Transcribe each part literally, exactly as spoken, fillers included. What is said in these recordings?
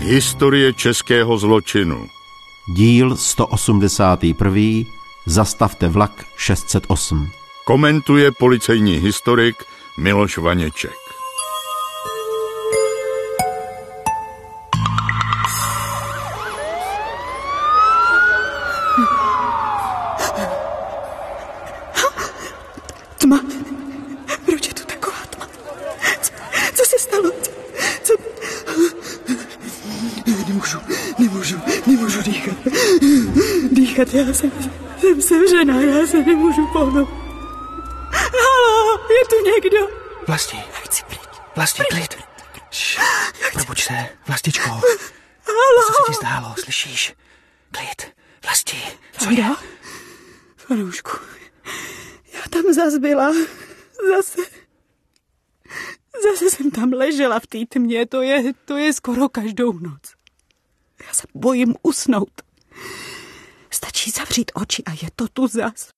Historie českého zločinu. Díl sto osmdesátý první. Zastavte vlak šest set osm. Komentuje policejní historik Miloš Vaněček. Tma. Proč je tu taková tma? Co, co se stalo? Co? Nemůžu, nemůžu, nemůžu dýchat. Dýchat, já jsem, jsem sevřená, já se nemůžu pohnout. Haló, je tu někdo? Vlasti, Vlasti, klid. Probuď se, Vlastičko. Haló. Co se ti zdálo, slyšíš? Klid, Vlasti, co je? Fanoušku, já tam zas byla. Zase. Zase jsem tam ležela v té tmě, to je, to je skoro každou noc. Já se bojím usnout. Stačí zavřít oči a je to tu zas.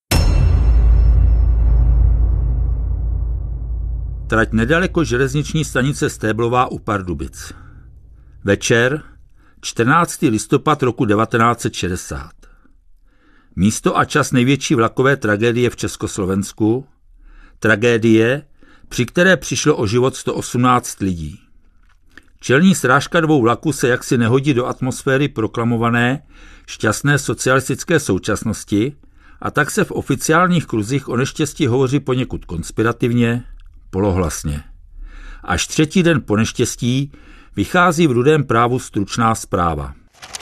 Trať nedaleko železniční stanice Stéblová u Pardubic. Večer, čtrnáctého listopadu roku devatenáct set šedesát. Místo a čas největší vlakové tragédie v Československu. Tragédie, při které přišlo o život sto osmnáct lidí. Čelní srážka dvou vlaků se jaksi nehodí do atmosféry proklamované šťastné socialistické současnosti a tak se v oficiálních kruzích o neštěstí hovoří poněkud konspirativně, polohlasně. Až třetí den po neštěstí vychází v Rudém právu stručná zpráva.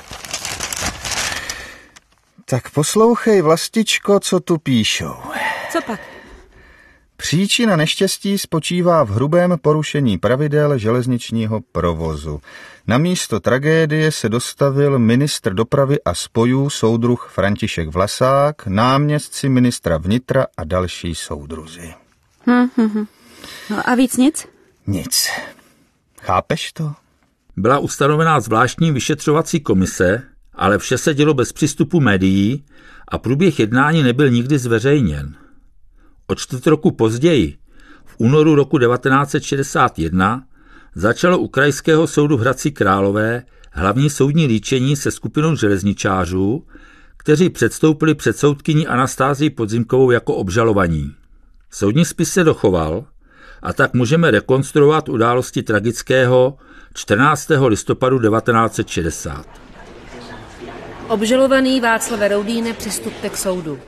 Tak poslouchej, Vlastičko, co tu píšou. Co pak? Příčina neštěstí spočívá v hrubém porušení pravidel železničního provozu. Na místo tragédie se dostavil ministr dopravy a spojů soudruh František Vlasák, náměstci ministra vnitra a další soudruzi. Hm, hm, hm. No a víc nic? Nic. Chápeš to? Byla ustanovená zvláštní vyšetřovací komise, ale vše se dělo bez přístupu médií a průběh jednání nebyl nikdy zveřejněn. O čtvrt roku později, v únoru roku devatenáct set šedesát jedna, začalo u Krajského soudu v Hradci Králové hlavní soudní líčení se skupinou železničářů, kteří předstoupili před soudkyní Anastázii Podzimkovou jako obžalovaní. Soudní spis se dochoval a tak můžeme rekonstruovat události tragického čtrnáctého listopadu devatenáct set šedesát. Obžalovaný Václave Roudýne, přistupte k soudu.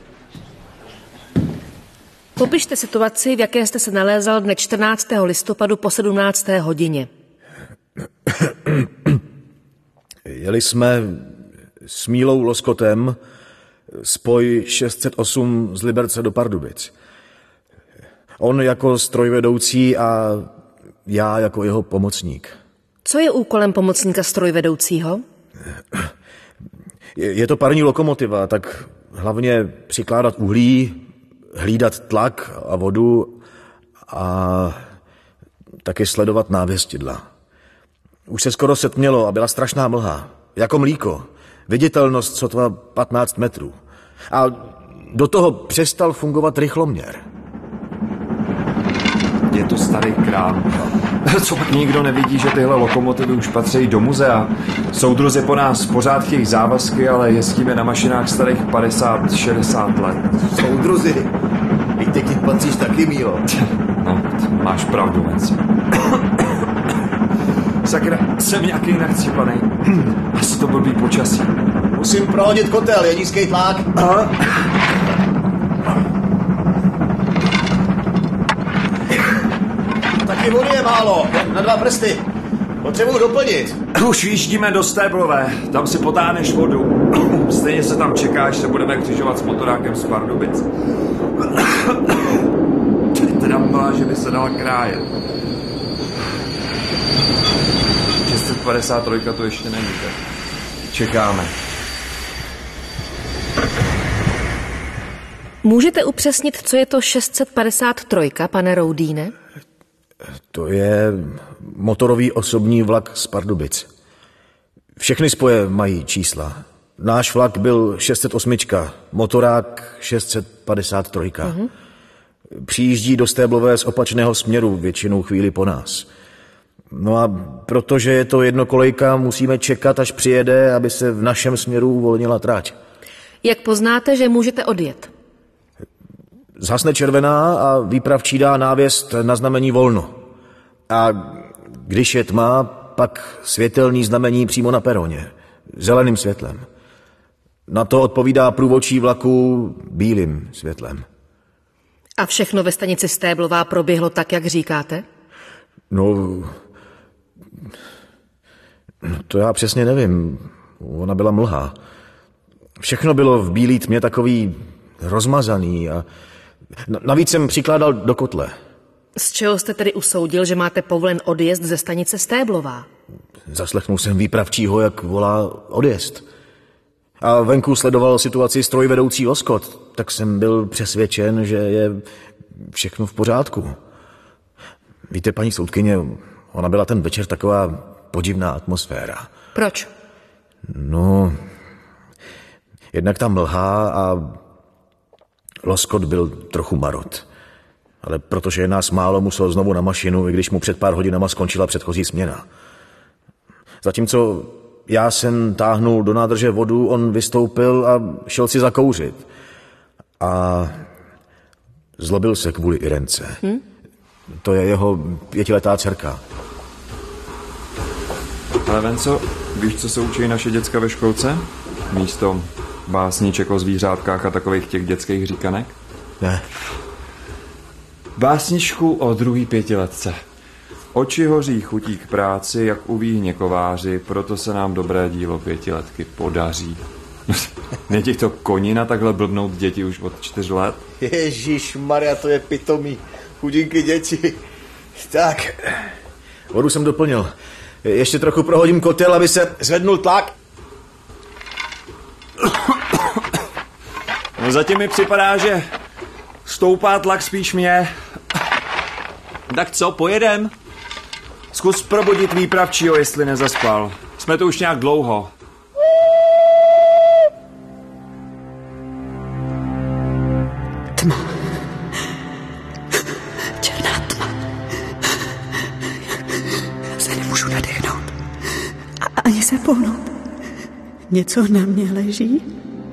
Popište situaci, v jaké jste se nalézal dne čtrnáctého listopadu po sedmnácté hodině. Jeli jsme s Mílou Loskotem spoj šest set osm z Liberce do Pardubic. On jako strojvedoucí a já jako jeho pomocník. Co je úkolem pomocníka strojvedoucího? Je to parní lokomotiva, tak hlavně přikládat uhlí, hlídat tlak a vodu a taky sledovat návěstidla. Už se skoro setmělo a byla strašná mlha, jako mlíko, viditelnost sotva patnáct metrů. A do toho přestal fungovat rychloměr. Je to starý krám. Co pak nikdo nevidí, že tyhle lokomotivy už patří do muzea? Soudruzi po nás pořád chtějí závazky, ale jezdíme na mašinách starých padesát šedesát let. Soudruzi? Víte, ty patříš taky, Mílo. No, máš pravdu, Menci. Sakra, jsem nějaký nachcípanej. Asi to blbý počasí. Musím prohodit kotel, je nízký tlak. Aha. Taky vody je málo, na dva prsty. Potřebuji doplnit. Už jíždíme do Stéblové, tam si potáhneš vodu. Stejně se tam čekáš, se budeme křižovat s motorákem z Pardubic. Teda byla, že by se dala krájet. šest set padesát tři to ještě není, tak čekáme. Můžete upřesnit, co je to šest set padesát tři, pane Roudýne? To je motorový osobní vlak z Pardubic. Všechny spoje mají čísla. Náš vlak byl šest set osm, motorák šest set padesát tři. Uh-huh. Přijíždí do Stéblové z opačného směru, většinou chvíli po nás. No a protože je to jednokolejka, musíme čekat, až přijede, aby se v našem směru uvolnila trať. Jak poznáte, že můžete odjet? Zhasne červená a výpravčí dá návěst na znamení volno. A když je tma, pak světelný znamení přímo na peroně, zeleným světlem. Na to odpovídá průvodčí vlaku bílým světlem. A všechno ve stanici Stéblová proběhlo tak, jak říkáte? No, no to já přesně nevím. Ona byla mlha. Všechno bylo v bílý tmě takový rozmazaný a navíc jsem přikládal do kotle. Z čeho jste tedy usoudil, že máte povolen odjezd ze stanice Stéblová? Zaslechnul jsem výpravčího, jak volá odjezd. A venku sledoval situaci strojvedoucí Loskot, tak jsem byl přesvědčen, že je všechno v pořádku. Víte, paní soudkyně, ona byla ten večer taková podivná atmosféra. Proč? No, jednak tam mlha a Loskot byl trochu marot. Ale protože je nás málo, musel znovu na mašinu, i když mu před pár hodinama skončila předchozí směna. Zatímco já jsem táhnul do nádrže vodu, on vystoupil a šel si zakouřit. A zlobil se kvůli Irence. Hm? To je jeho pětiletá dcerka. Ale Venco, víš, co se učí naše děcka ve školce? Místo básníček o zvířátkách a takových těch dětských říkanek? Ne. Básničku o druhý pětiletce. Oči hoří chutí k práci, jak u víhně kováři, proto se nám dobré dílo pětiletky podaří. Není to konina takhle blbnout děti už od čtyř let? Ježišmarja, to je pitomý. Chudinky děti. Tak, vodu jsem doplnil. Ještě trochu prohodím kotel, aby se zvednul tlak. No zatím mi připadá, že stoupá tlak spíš mě. Tak co, pojedem? Zkus probudit výpravčího, jestli nezaspal. Jsme tu už nějak dlouho. Tma. Černá tma. Já se nemůžu nadechnout. A ani se pohnout. Něco na mě leží.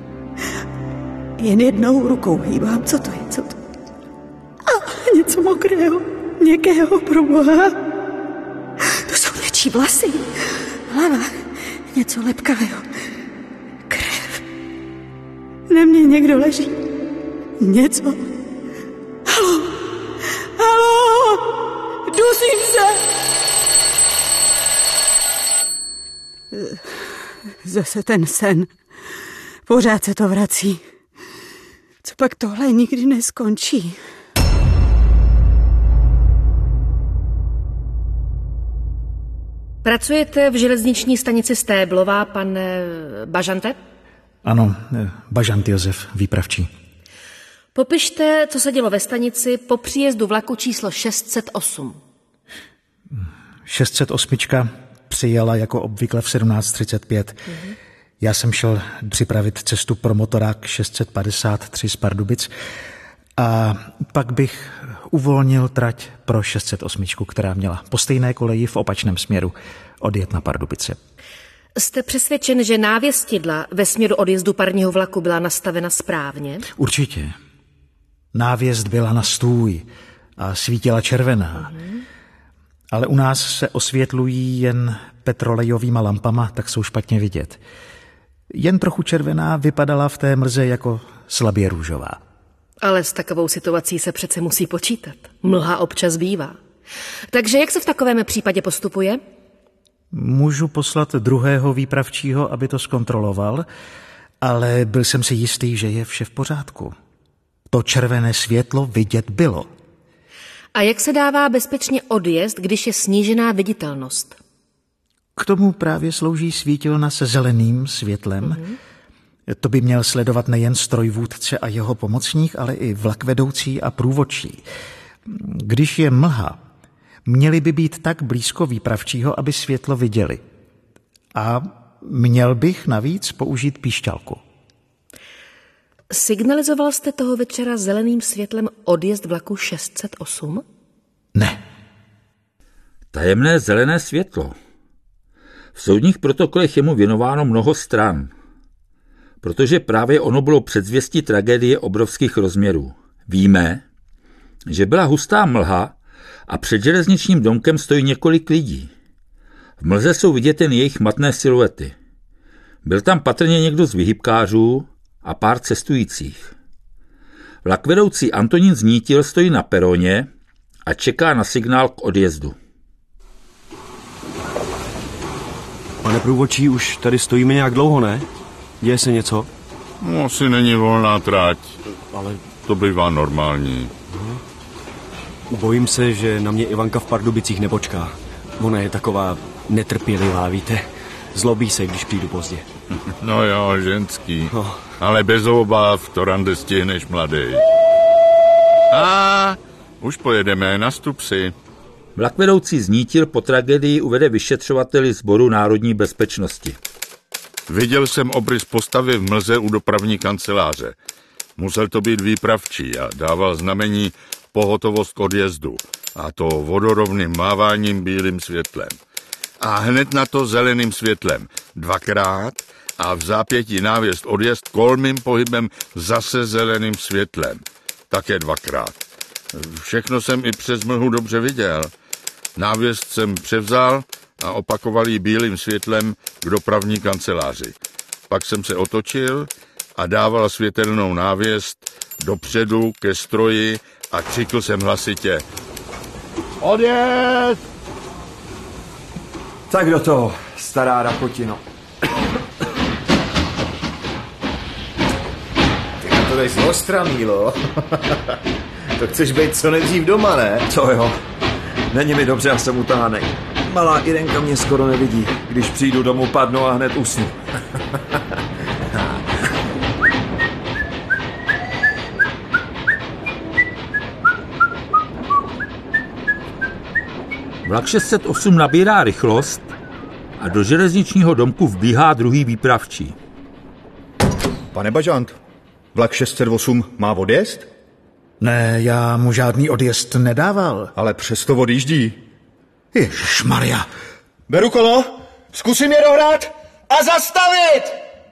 Jen jednou rukou hýbám. Co to je? Co to? A něco mokrého. Měkkého, proboha. To jsou něčí vlasy. Hlava. Něco lepkavého. Krev. Na mě někdo leží. Něco. Halo. Halo. Dusím se. Zase ten sen. Pořád se to vrací. Co pak tohle nikdy neskončí? Pracujete v železniční stanici Stéblová, pane Bažante? Ano, Bažant Josef, výpravčí. Popište, co se dělo ve stanici po příjezdu vlaku číslo šest set osm. šest set osm přijela jako obvykle v sedmnáct třicet pět. Mm-hmm. Já jsem šel připravit cestu pro motorák šest set padesát tři z Pardubic a pak bych uvolnil trať pro šest set osm, která měla po stejné koleji v opačném směru odjet na Pardubice. Jste přesvědčen, že návěstidla ve směru odjezdu parního vlaku byla nastavena správně? Určitě. Návěst byla na stůj a svítila červená. Mm-hmm. Ale u nás se osvětlují jen petrolejovýma lampama, tak jsou špatně vidět. Jen trochu červená vypadala v té mlze jako slabě růžová. Ale s takovou situací se přece musí počítat. Mlha občas bývá. Takže jak se v takovém případě postupuje? Můžu poslat druhého výpravčího, aby to zkontroloval, ale byl jsem si jistý, že je vše v pořádku. To červené světlo vidět bylo. A jak se dává bezpečně odjezd, když je snížená viditelnost? K tomu právě slouží svítilna se zeleným světlem. Mm-hmm. To by měl sledovat nejen strojvůdce a jeho pomocník, ale i vlakvedoucí a průvodčí. Když je mlha, měli by být tak blízko výpravčího, aby světlo viděli. A měl bych navíc použít píšťalku. Signalizoval jste toho večera zeleným světlem odjezd vlaku šest set osm? Ne. Tajemné zelené světlo. V soudních protokolech je mu věnováno mnoho stran, protože právě ono bylo předzvěstí tragédie obrovských rozměrů. Víme, že byla hustá mlha a před železničním domkem stojí několik lidí. V mlze jsou vidět jen jejich matné siluety. Byl tam patrně někdo z vyhybkářů a pár cestujících. Vlakvedoucí Antonín Znítil stojí na peroně a čeká na signál k odjezdu. Pane průvodčí, už tady stojíme nějak dlouho, ne? Děje se něco? No, asi není volná trať. Ale... To bývá normální. Aha. Bojím se, že na mě Ivanka v Pardubicích nepočká. Ona je taková netrpělivá, víte? Zlobí se, když přijdu pozdě. No jo, ženský. No. Ale bez obav, to rande stihneš, mladý. A už pojedeme, nastup si. Vlakvedoucí Znítil po tragédii uvede vyšetřovateli Sboru národní bezpečnosti. Viděl jsem obrys postavy v mlze u dopravní kanceláře. Musel to být výpravčí a dával znamení pohotovost k odjezdu. A to vodorovným máváním bílým světlem. A hned na to zeleným světlem. Dvakrát a v zápětí návěst odjezd kolmým pohybem zase zeleným světlem. Také dvakrát. Všechno jsem i přes mlhu dobře viděl. Návěst jsem převzal a opakoval ji bílým světlem k dopravní kanceláři. Pak jsem se otočil a dával světelnou návěst dopředu ke stroji a křikl jsem hlasitě: Odjezd! Tak do toho, stará rakotino. Ty to dej z ostra, Mílo. To chceš být co nejdřív doma, ne? Co jo? Není mi dobře a jsem utáhanej. Malá Irenka mě skoro nevidí. Když přijdu domů, padnu a hned usnu. Vlak šest set osm nabírá rychlost a do železničního domku vbíhá druhý výpravčí. Pane bažant, vlak šest set osm má odjezd? Ne, já mu žádný odjezd nedával. Ale přesto odjíždí. Ježišmarja. Beru kolo, zkusím je dohrát a zastavit!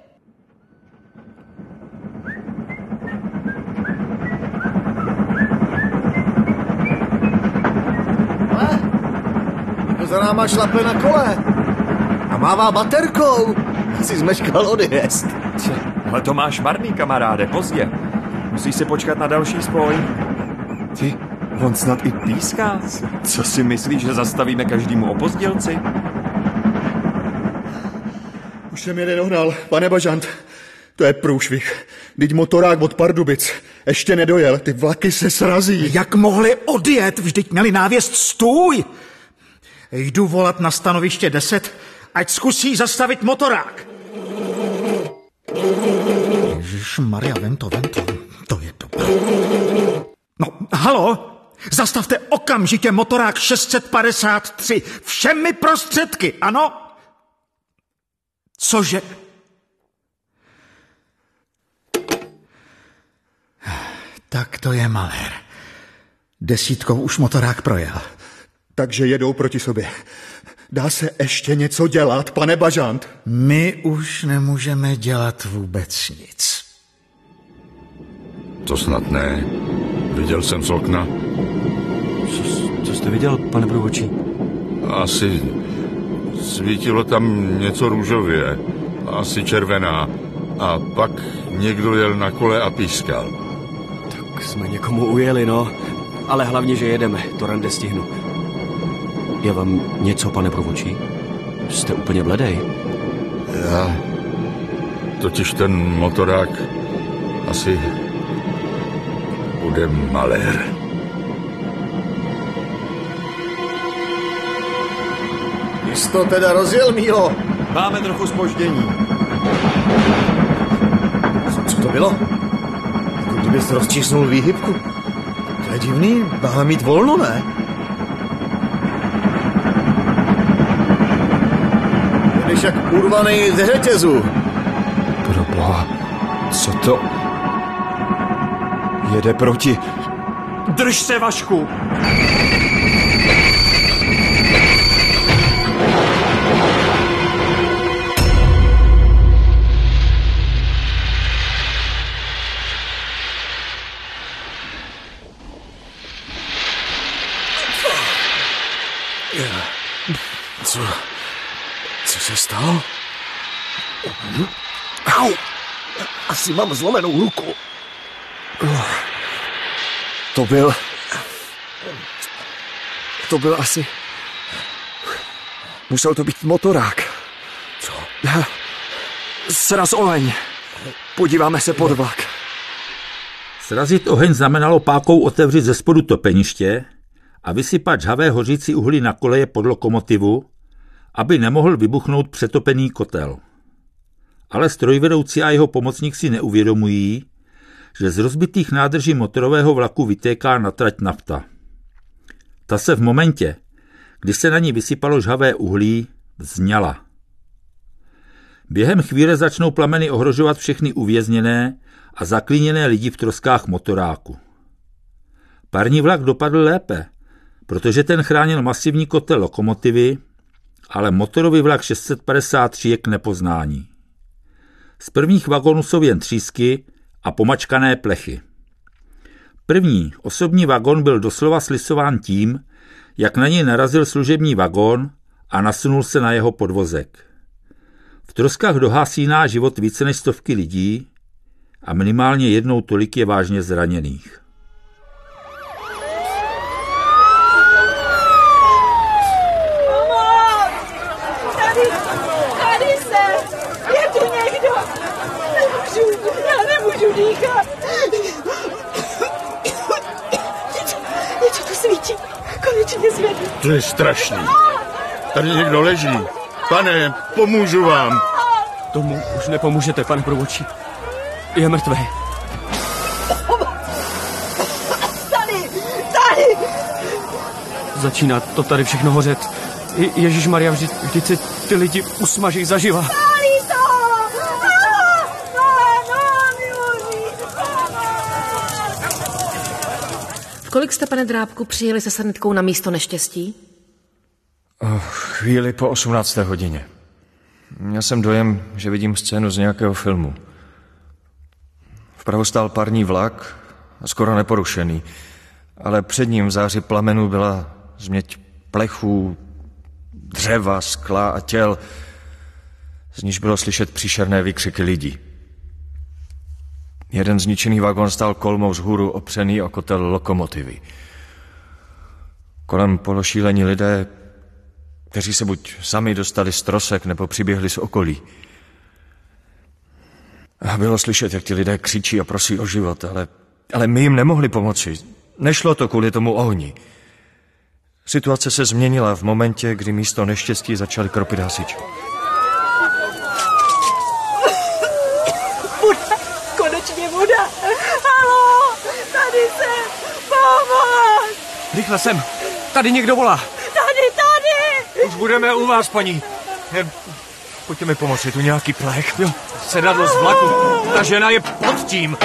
Ale, kdo za náma šlape na kole a mává baterkou, asi zmeškal odjezd. Ale to máš marný, kamaráde, pozdě. Musíš si počkat na další spoj. Ty, on snad i píská. Co si myslíš, že zastavíme každému opozdělci? Už jsem jeden ohnal, pane bažant. To je průšvih. Vždyť motorák od Pardubic ještě nedojel, ty vlaky se srazí. Jak mohli odjet? Vždyť měli návěst stůj. Jdu volat na stanoviště deset, ať zkusí zastavit motorák. Ježišmarja, vem to, vem to. To je dobré. No, halo? Zastavte okamžitě motorák šest set padesát tři. Všemi prostředky, ano? Cože? Tak to je malér. Desítkou už motorák projel. Takže jedou proti sobě. Dá se ještě něco dělat, pane bažant? My už nemůžeme dělat vůbec nic. To snad ne. Viděl jsem z okna. Co, co jste viděl, pane průvodčí? Asi svítilo tam něco růžově. Asi červená. A pak někdo jel na kole a pískal. Tak jsme někomu ujeli, no. Ale hlavně, že jedeme. To rande stihnu. Je vám něco, pane průvodčí? Jste úplně bledej. Já... Totiž ten motorák asi bude malér. Jsi to teda rozjel, Mílo? Máme trochu zpoždění. Co, co to bylo? Jako kdybys rozčísnul výhybku. To je divný, máme mít volno, ne? Jdeš jak urvaný ze řetězu. Proboha, co to? Jede proti. Drž se, Vašku! Co? Co se stalo? Au! Asi mám zlomenou ruku. To byl... To byl asi... Musel to být motorák. Co? Sraz oheň. Podíváme se pod vlak. Srazit oheň znamenalo pákou otevřít ze spodu topeniště a vysypat žhavé hořící uhlí na koleje pod lokomotivu, aby nemohl vybuchnout přetopený kotel. Ale strojvedoucí a jeho pomocník si neuvědomují, že z rozbitých nádrží motorového vlaku vytéká na trať nafta. Ta se v momentě, kdy se na ní vysypalo žhavé uhlí, vzňala. Během chvíle začnou plameny ohrožovat všechny uvězněné a zaklíněné lidi v troskách motoráku. Parní vlak dopadl lépe, protože ten chránil masivní kotel lokomotivy, ale motorový vlak šest set padesát tři je k nepoznání. Z prvních vagonů jsou jen třísky a pomačkané plechy. První osobní vagon byl doslova slisován tím, jak na něj narazil služební vagon a nasunul se na jeho podvozek. V troskách dohasíná život více než stovky lidí a minimálně jednou tolik je vážně zraněných. Tady, tady se, je tu někdo. Nemůžu, já nemůžu dýchat. Něco, něco tu svítí, konečně zvednu. To je strašný. Tady někdo leží. Pane, pomůžu vám. Tomu už nepomůžete, pane průvodčí. Je mrtvý. Tady, tady. Začíná to tady všechno hořet. Je- Ježišmarja, vždyť, vždyť se ty lidi usmaží zaživa. Pálí to. V kolik jste, pane Drábku, přijeli se sanitkou na místo neštěstí? Oh, chvíli po osmnácté hodině. Měl jsem dojem, že vidím scénu z nějakého filmu. Vpravo stál parní vlak, skoro neporušený, ale před ním v záři plamenů byla změť plechů, dřeva, skla a těl, z níž bylo slyšet příšerné výkřiky lidí. Jeden zničený vagon stál kolmou vzhůru opřený o kotel lokomotivy. Kolem pološílení lidé, kteří se buď sami dostali z trosek, nebo přiběhli z okolí. A bylo slyšet, jak ti lidé křičí a prosí o život, ale, ale my jim nemohli pomoci. Nešlo to kvůli tomu ohni. Situace se změnila v momentě, kdy místo neštěstí začali kropit hasiči. Voda, konečně voda. Haló, tady jsem, pomoc. Rychle sem, tady někdo volá. Tady, tady. Už budeme u vás, paní. Jen pojďte mi pomoci, tu nějaký plech. Jo, sedadlo z vlaku. Ta žena je pod tím.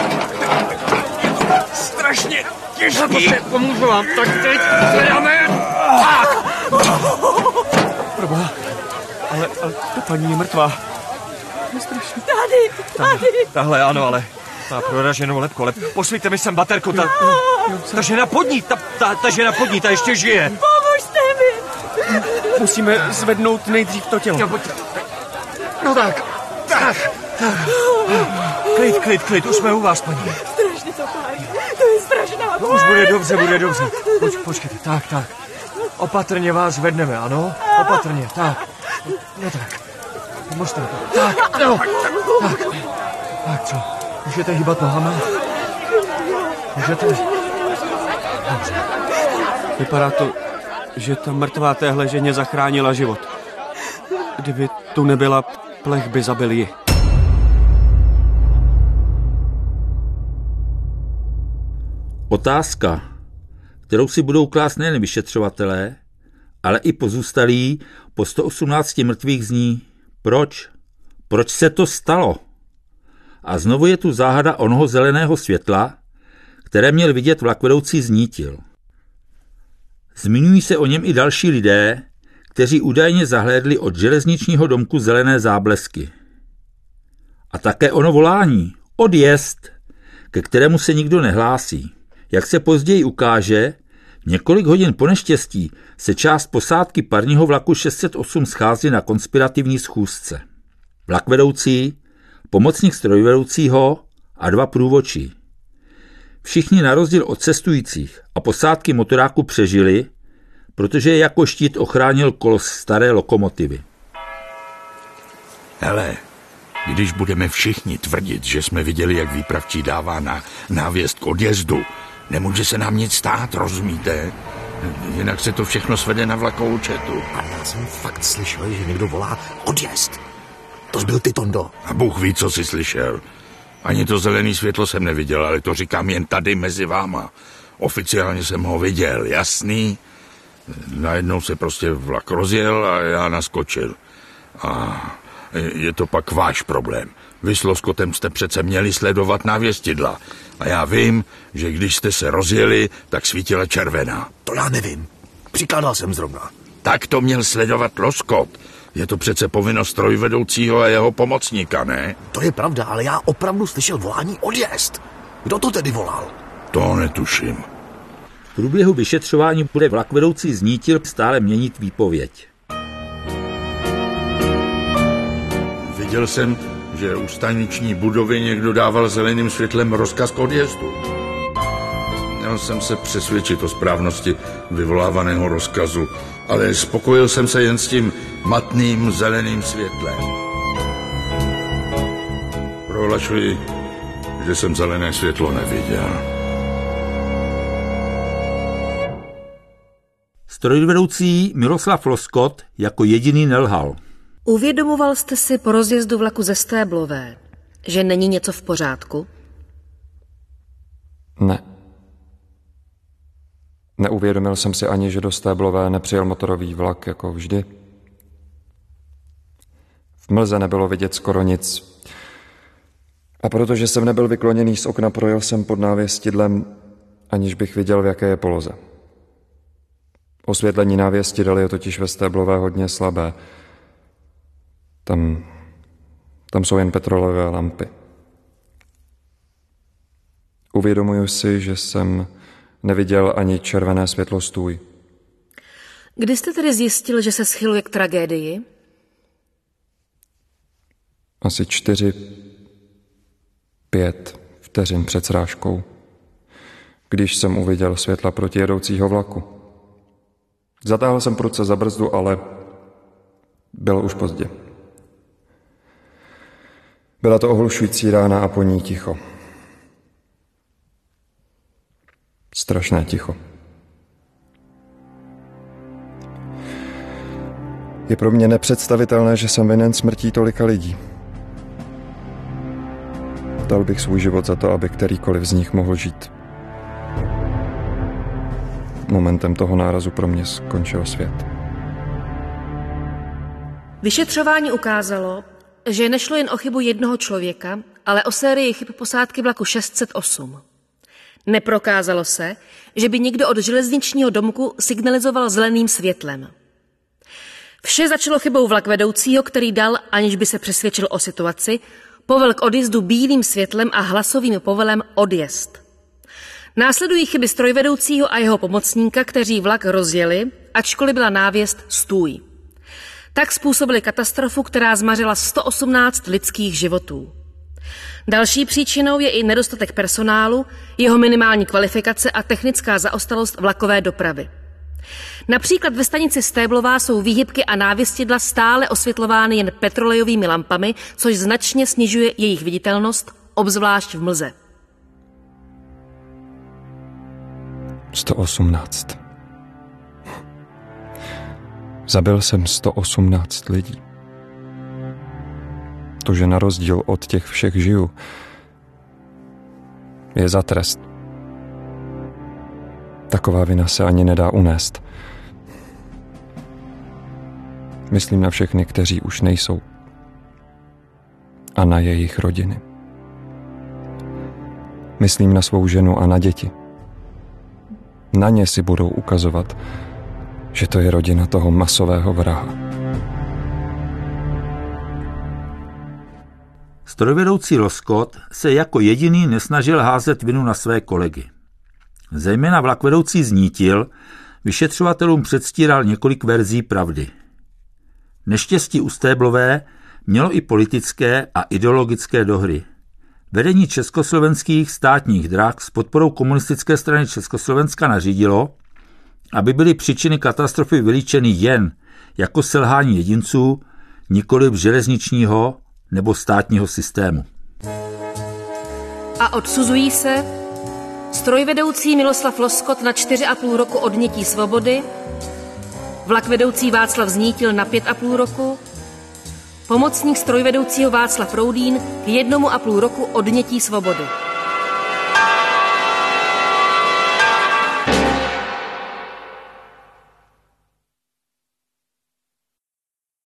Strašně těžký. Pomůžu vám, tak teď sedáme. Tak. Proboha, ale, ale ta paní je mrtvá. Tady, tady. Tahle ano, ale má proraženou lebku, ale pošlijte mi sem baterku. Ta, ta žena pod ní, ta, ta, ta žena pod ní, ta ještě žije. Pomožte mi. Musíme zvednout nejdřív to tělo. Jo, pojďte. No tak, tak. Klid, klid, klid, už jsme u vás, paní. Strašně to pálí, to je strašná No, už bude dobře, bude dobře. Poč, počkejte, tak, tak. Opatrně vás vedneme, ano? Opatrně, tak. No tak. Pomozte mi. Tak, no. Tak. Tak, co? Můžete hýbat nohama? Můžete? Dobře. Vypadá to, že ta mrtvá téhle ženě zachránila život. Kdyby tu nebyla, plech by zabil ji. Otázka, kterou si budou klást nejen vyšetřovatelé, ale i pozůstalí po sto osmnácti mrtvých zní, proč? Proč se to stalo? A znovu je tu záhada onoho zeleného světla, které měl vidět vlakvedoucí znítil. Zmiňují se o něm i další lidé, kteří údajně zahlédli od železničního domku zelené záblesky. A také ono volání, odjezd, ke kterému se nikdo nehlásí. Jak se později ukáže, Několik hodin po neštěstí se část posádky parního vlaku šest set osm schází na konspirativní schůzce. Vlakvedoucí, pomocník strojvedoucího a dva průvodčí. Všichni na rozdíl od cestujících a posádky motoráku přežili, protože je jako štít ochránil kolos staré lokomotivy. Hele, když budeme všichni tvrdit, že jsme viděli, jak výpravčí dává na návěst k odjezdu, nemůže se nám nic stát, rozumíte? Jinak se to všechno svede na vlakovou četu. A já jsem fakt slyšel, že někdo volá odjezd. To byl ty, Tondo. A Bůh ví, co jsi slyšel. Ani to zelený světlo jsem neviděl, ale to říkám jen tady mezi váma. Oficiálně jsem ho viděl, jasný? Najednou se prostě vlak rozjel a já naskočil. A je to pak váš problém. Vy s Loskotem jste přece měli sledovat návěstidla. A já vím, že když jste se rozjeli, tak svítila červená. To já nevím. Přikládal jsem zrovna. Tak to měl sledovat Loskot. Je to přece povinnost strojvedoucího a jeho pomocníka, ne? To je pravda, ale já opravdu slyšel volání odjezd. Kdo to tedy volal? To netuším. V průběhu vyšetřování bude vlakvedoucí Znítil stále měnit výpověď. Viděl jsem, že u staniční budovy někdo dával zeleným světlem rozkaz k odjezdu. Měl jsem se přesvědčit o správnosti vyvolávaného rozkazu, ale spokojil jsem se jen s tím matným zeleným světlem. Prohlašuji, že jsem zelené světlo neviděl. Strojvedoucí Miroslav Loskot jako jediný nelhal. Uvědomoval jste si po rozjezdu vlaku ze Stéblové, že není něco v pořádku? Ne. Neuvědomil jsem si ani, že do Stéblové nepřijel motorový vlak, jako vždy. V mlze nebylo vidět skoro nic. A protože jsem nebyl vykloněný z okna, projel jsem pod návěstidlem, aniž bych viděl, v jaké je poloze. Osvětlení návěstidel je totiž ve Stéblové hodně slabé. Tam, tam jsou jen petrolové lampy. Uvědomuji si, že jsem neviděl ani červené světlo stůj. Kdy jste tedy zjistil, že se schyluje k tragédii? Asi čtyři, pět vteřin před srážkou, když jsem uviděl světla protijedoucího vlaku. Zatáhl jsem prudce za brzdu, ale bylo už pozdě. Byla to ohlušující rána a po ní ticho. Strašné ticho. Je pro mě nepředstavitelné, že jsem vinen smrtí tolika lidí. Dal bych svůj život za to, aby kterýkoliv z nich mohl žít. Momentem toho nárazu pro mě skončil svět. Vyšetřování ukázalo, že nešlo jen o chybu jednoho člověka, ale o sérii chyb posádky vlaku šest set osm. Neprokázalo se, že by někdo od železničního domku signalizoval zeleným světlem. Vše začalo chybou vlakvedoucího, který dal, aniž by se přesvědčil o situaci, povel k odjezdu bílým světlem a hlasovým povelem odjezd. Následují chyby strojvedoucího a jeho pomocníka, kteří vlak rozjeli, ačkoliv byla návěst stůj. Tak způsobili katastrofu, která zmařila sto osmnáct lidských životů. Další příčinou je i nedostatek personálu, jeho minimální kvalifikace a technická zaostalost vlakové dopravy. Například ve stanici Stéblová jsou výhybky a návěstidla stále osvětlovány jen petrolejovými lampami, což značně snižuje jejich viditelnost, obzvlášť v mlze. sto osmnáct. Zabil jsem sto osmnáct lidí. To, že na rozdíl od těch všech žiju, je za trest. Taková vina se ani nedá unést. Myslím na všechny, kteří už nejsou. A na jejich rodiny. Myslím na svou ženu a na děti. Na ně si budou ukazovat, že to je rodina toho masového vraha. Strojvedoucí Loskot se jako jediný nesnažil házet vinu na své kolegy. Zejména vlakvedoucí Znítil vyšetřovatelům předstíral několik verzí pravdy. Neštěstí u Stéblové mělo i politické a ideologické dohry. Vedení československých státních drah s podporou komunistické strany Československa nařídilo, aby byly příčiny katastrofy vylíčeny jen jako selhání jedinců, nikoliv železničního nebo státního systému. A odsuzují se strojvedoucí Miloslav Loskot na čtyři a půl roku odnětí svobody, vlakvedoucí Václav Znítil na pět a půl roku, pomocník strojvedoucího Václav Roudín k jednomu a půl roku odnětí svobody.